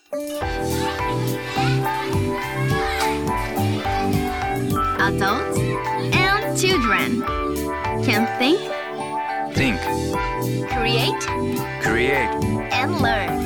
Adults and children can think, create, and learn.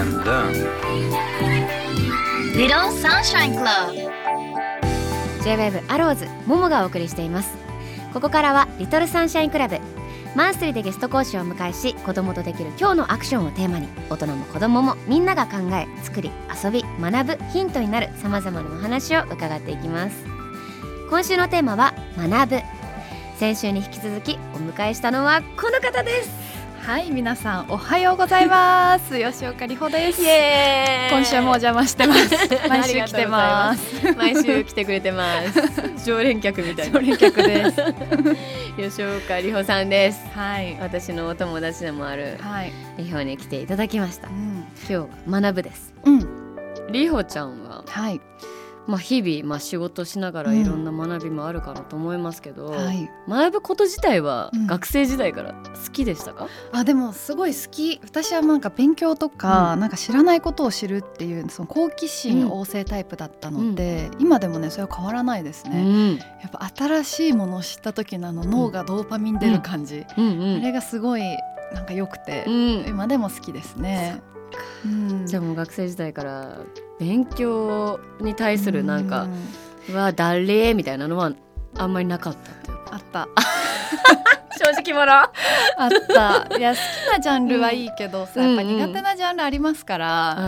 Little Sunshine Club J-WAVE アローズももがお送りしています。ここからはリトルサンシャインクラブ。マンスリーでゲスト講師をお迎えし、子供とできる今日のアクションをテーマに、大人も子供もみんなが考え、作り、遊び、学ぶヒントになるさまざまなお話を伺っていきます。今週のテーマは学ぶ。先週に引き続きお迎えしたのはこの方です。 はい、皆さんおはようございます吉岡里帆です。 イエーイ。 今週もお邪魔してます毎週来てます毎週来てくれてます常連客みたいな。 常連客です吉岡里帆さんです。 はい、 私のお友達でもある里帆に来ていただきました。今日は学ぶです。里帆ちゃんは、日々、仕事しながらいろんな学びもあるかなと思いますけど、学ぶこと自体は学生時代から好きでしたか？ でもすごい好き。私はなんか勉強とか、なんか知らないことを知るっていうその好奇心旺盛タイプだったので、今でもねそれは変わらないですね。やっぱ新しいものを知った時の脳がドーパミン出る感じ、あれがすごいなんか良くて、今でも好きですね。 じゃあもう学生時代から勉強に対するなんかは誰みたいなのはあんまりなかったっていうか。 あった正直者あった。いや好きなジャンルはいいけどさ、やっぱ苦手なジャンルありますから、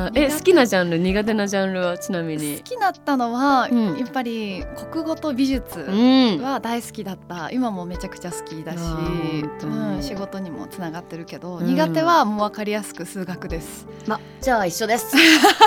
好きなジャンル苦手なジャンルはちなみに好きだったのは、やっぱり国語と美術は大好きだった。今もめちゃくちゃ好きだし、仕事にもつながってるけど、苦手はもう分かりやすく数学です。 じゃあ一緒です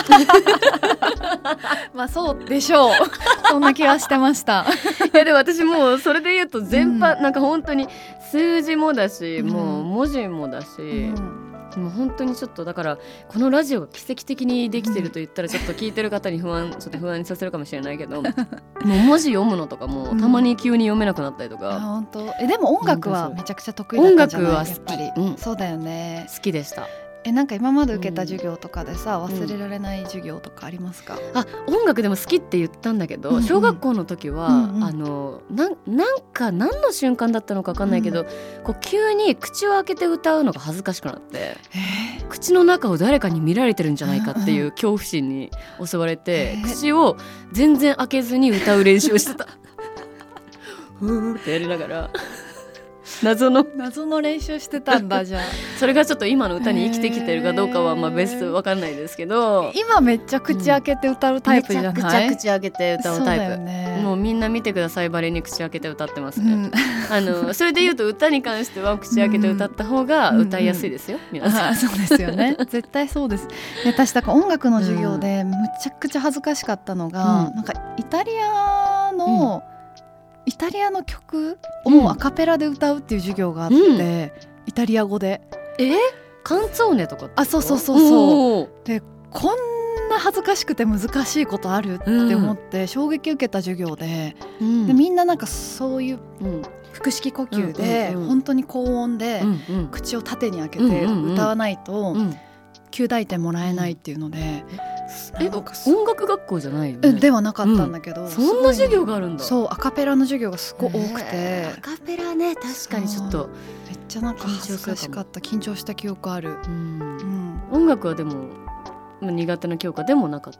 そうでしょうそんな気はしてましたいやでも私もうそれで言うと全般、なんか本当に数字もだし、もう文字もだし、もう本当にちょっとだからこのラジオが奇跡的にできてると言ったらちょっと聞いてる方にちょっと不安にさせるかもしれないけどもう文字読むのとかもたまに急に読めなくなったりとか、 本当でも音楽はめちゃくちゃ得意だったんじゃない？ 音楽は好き、 やっぱり、そうだよね。 好きでした。 なんか今まで受けた授業とかでさ、忘れられない授業とかありますか？ 音楽でも好きって言ったんだけど、小学校の時は、なんか何の瞬間だったのか分かんないけど、こう急に口を開けて歌うのが恥ずかしくなって、口の中を誰かに見られてるんじゃないかっていう恐怖心に襲われて、口を全然開けずに歌う練習をしてたふーってやりながら謎の練習してたんだ。じゃあそれがちょっと今の歌に生きてきてるかどうかは別に分かんないですけど、 今めっちゃ口開けて歌うタイプじゃない？ めちゃくちゃ口開けて歌うタイプ。 そうだよね。 もうみんな見てくださいばりに口開けて歌ってますね、それで言うと歌に関しては口開けて歌った方が歌いやすいですよ、皆さん。 そうですよね絶対そうです。私だから音楽の授業でむちゃくちゃ恥ずかしかったのが、なんかイタリアの曲をアカペラで歌うっていう授業があって、イタリア語でカンツォーネとか。 そうで、こんな恥ずかしくて難しいことあるって思って衝撃受けた授業で、みんななんかそういう腹式呼吸で本当に高音で口を縦に開けて歌わないと9大点もらえないっていうので、 音楽学校じゃないよね？ ではなかったんだけど、 そんな授業があるんだ。 そう、アカペラの授業がすごい多くて、 アカペラね、確かにちょっとめっちゃなんか恥ずかしかった。緊張した記憶ある。 音楽はでも苦手な教科でもなかった？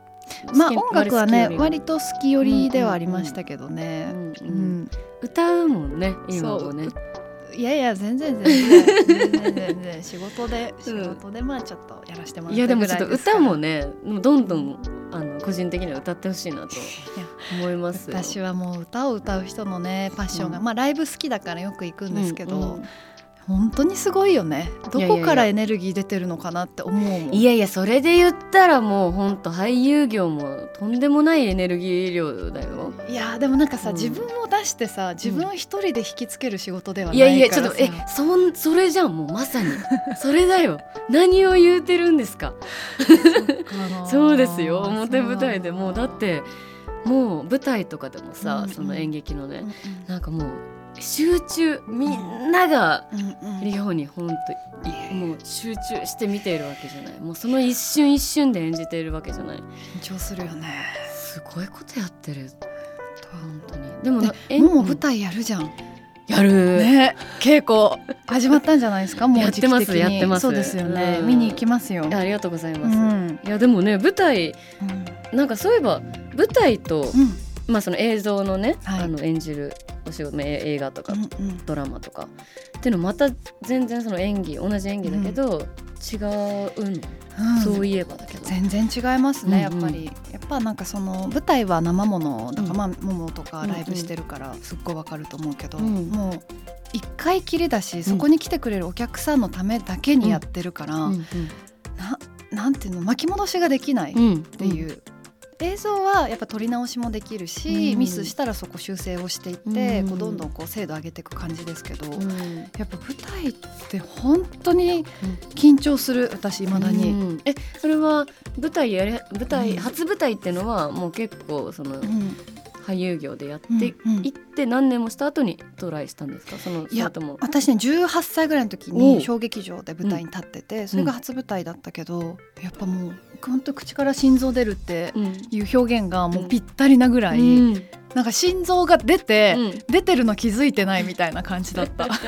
音楽はね割と好き寄りではありましたけどね。 歌うもんね今もね。 いや全然仕事でちょっとやらせてもらったぐらいですから。 いやでもちょっと歌もねどんどん個人的には歌ってほしいなと思いますよ。 私はもう歌を歌う人のねパッションが、ライブ好きだからよく行くんですけど、本当にすごいよね。どこからエネルギー出てるのかなって思うもん。 いやそれで言ったらもう本当俳優業もとんでもないエネルギー量だよ。 いやでもなんかさ、自分を出してさ自分一人で引きつける仕事ではないからさ。いやちょっとそれじゃん、もうまさにそれだよ何を言うてるんですかそうですよ、表舞台でもうだってもう舞台とかでもさ、その演劇のね、なんかもう集中、みんながリホに本当もう集中して見ているわけじゃない。もうその一瞬一瞬で演じているわけじゃない。 緊張するよね。 すごいことやってる本当に。でももう舞台やるじゃん。 やるね、稽古始まったんじゃないですか。もう時期的にやってます。 そうですよね、見に行きますよ。 ありがとうございます、いやでもね舞台、なんかそういえば舞台と、まあその映像のね、演じるお仕事、映画とか、ドラマとかっていうのまた全然その演技同じ演技だけど、違うそういえばだけど全然違いますね、やっぱり。やっぱなんかその舞台は生ものだから、ももとかライブしてるからすっごいわかると思うけど、もう一回きりだし、そこに来てくれるお客さんのためだけにやってるから、なんていうの、巻き戻しができないっていう。映像はやっぱ撮り直しもできるし、ミスしたらそこ修正をしていって、こうどんどんこう精度上げていく感じですけど、やっぱ舞台って本当に緊張する、私未だに。 それは初舞台っていうのはもう結構その、俳優業でやっていって何年もした後にトライしたんですか？ いや、私ね18歳ぐらいの時に小劇場で舞台に立ってて、それが初舞台だったけど、やっぱもう本当口から心臓出るっていう表現がもうぴったりなぐらい、なんか心臓が出てるの気づいてないみたいな感じだったそっ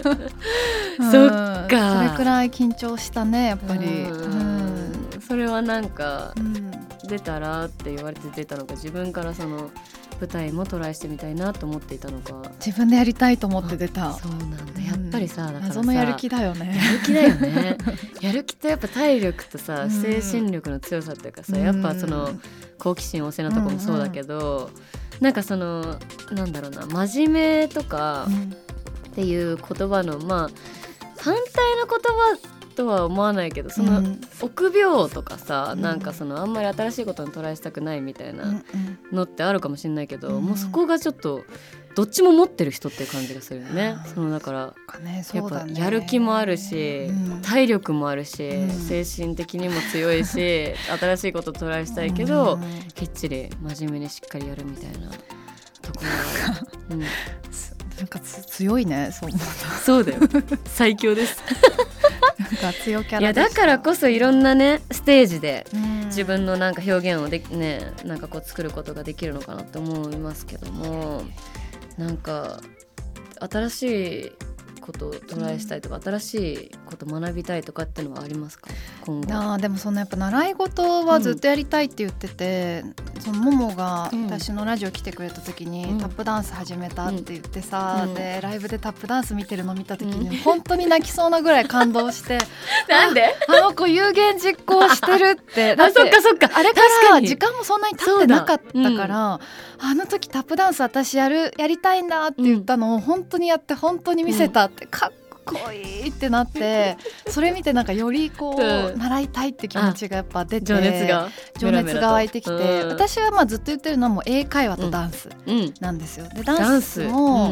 か、 それくらい緊張したね、やっぱり。 それはなんか、出たらって言われて出たのか、自分からその舞台もトライしてみたいなと思っていたのか。 自分でやりたいと思って出た。 そうなんだ、やっぱりさ、だからさ、 謎のやる気だよね。 やる気だよねやる気とやっぱ体力とさ、精神力の強さっていうかさ、やっぱその好奇心旺盛なとこもそうだけど、なんかそのなんだろうな、真面目とかっていう言葉のまあ反対の言葉とは思わないけど、その臆病とかさ、なんかそのあんまり新しいことにトライしたくないみたいなのってあるかもしれないけど、もうそこがちょっとどっちも持ってる人っていう感じがするよね。そのだからやっぱやる気もあるし、体力もあるし、精神的にも強いし、新しいことトライしたいけどきっちり真面目にしっかりやるみたいなところが、 なんか強いね、そう思うと。 そうだよ最強ですなんか強キャラでした。 いやだからこそいろんなねステージで自分のなんか表現をなんかこう作ることができるのかなと思いますけども、なんか新しいことをトライしたいとか、新しいことを学びたいとかっていうのはありますか、今後？ でもそのやっぱ習い事はずっとやりたいって言ってて、そのももが私のラジオ来てくれた時に、タップダンス始めたって言ってさ、でライブでタップダンス見てるの見た時に、本当に泣きそうなぐらい感動してなんであの子有言実行してるってだってそっかあれから時間もそんなに経ってなかったから、あの時タップダンス私やりたいんだって言ったのを本当にやって本当に見せたって、かっこいいってなって、それ見てなんかよりこう習いたいって気持ちがやっぱ出て、情熱が湧いてきて、私はまあずっと言ってるのはもう英会話とダンスなんですよ。でダンスも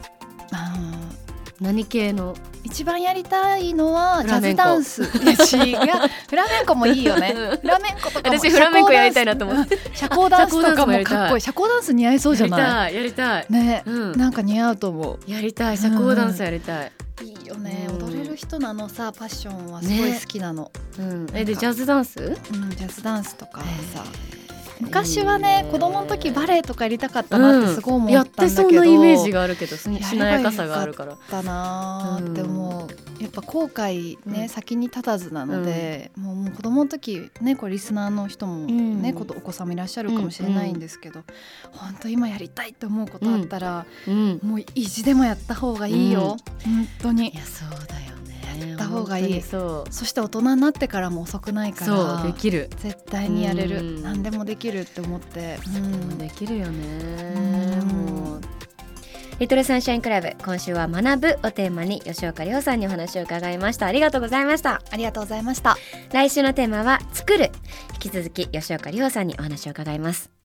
何系の？ 一番やりたいのはジャズダンス。いや違う、フラメンコもいいよね。フラメンコとかも、 私フラメンコやりたいなと思って。 社交ダンスとかもかっこいい。社交ダンス似合いそうじゃない？ やりたいね、なんか似合うと思う。 やりたい、社交ダンスやりたい。 いいよね、踊れる人のさパッションはすごい好きなの。 でジャズダンス？ ジャズダンスとかさ。昔はね、子供の時バレエとかやりたかったなってすごい思ったんだけど、やってそうなイメージがあるけど、しなやかさがあるからだなって思う。やっぱ後悔ね、先に立たずなので、もう子供の時ね、これリスナーの人もね、お子さんもいらっしゃるかもしれないんですけど、本当今やりたいって思うことあったら、もう意地でもやった方がいいよ、本当に。 いやそうだよね、 やった方がいい。そして大人になってからも遅くないから、 そうできる、 絶対にやれる、何でもできるって思って、 できるよね。もうリトルサンシャインクラブ、今週は学ぶをテーマに吉岡里帆さんにお話を伺いました。ありがとうございました。 ありがとうございました。 来週のテーマは作る。引き続き吉岡里帆さんにお話を伺います。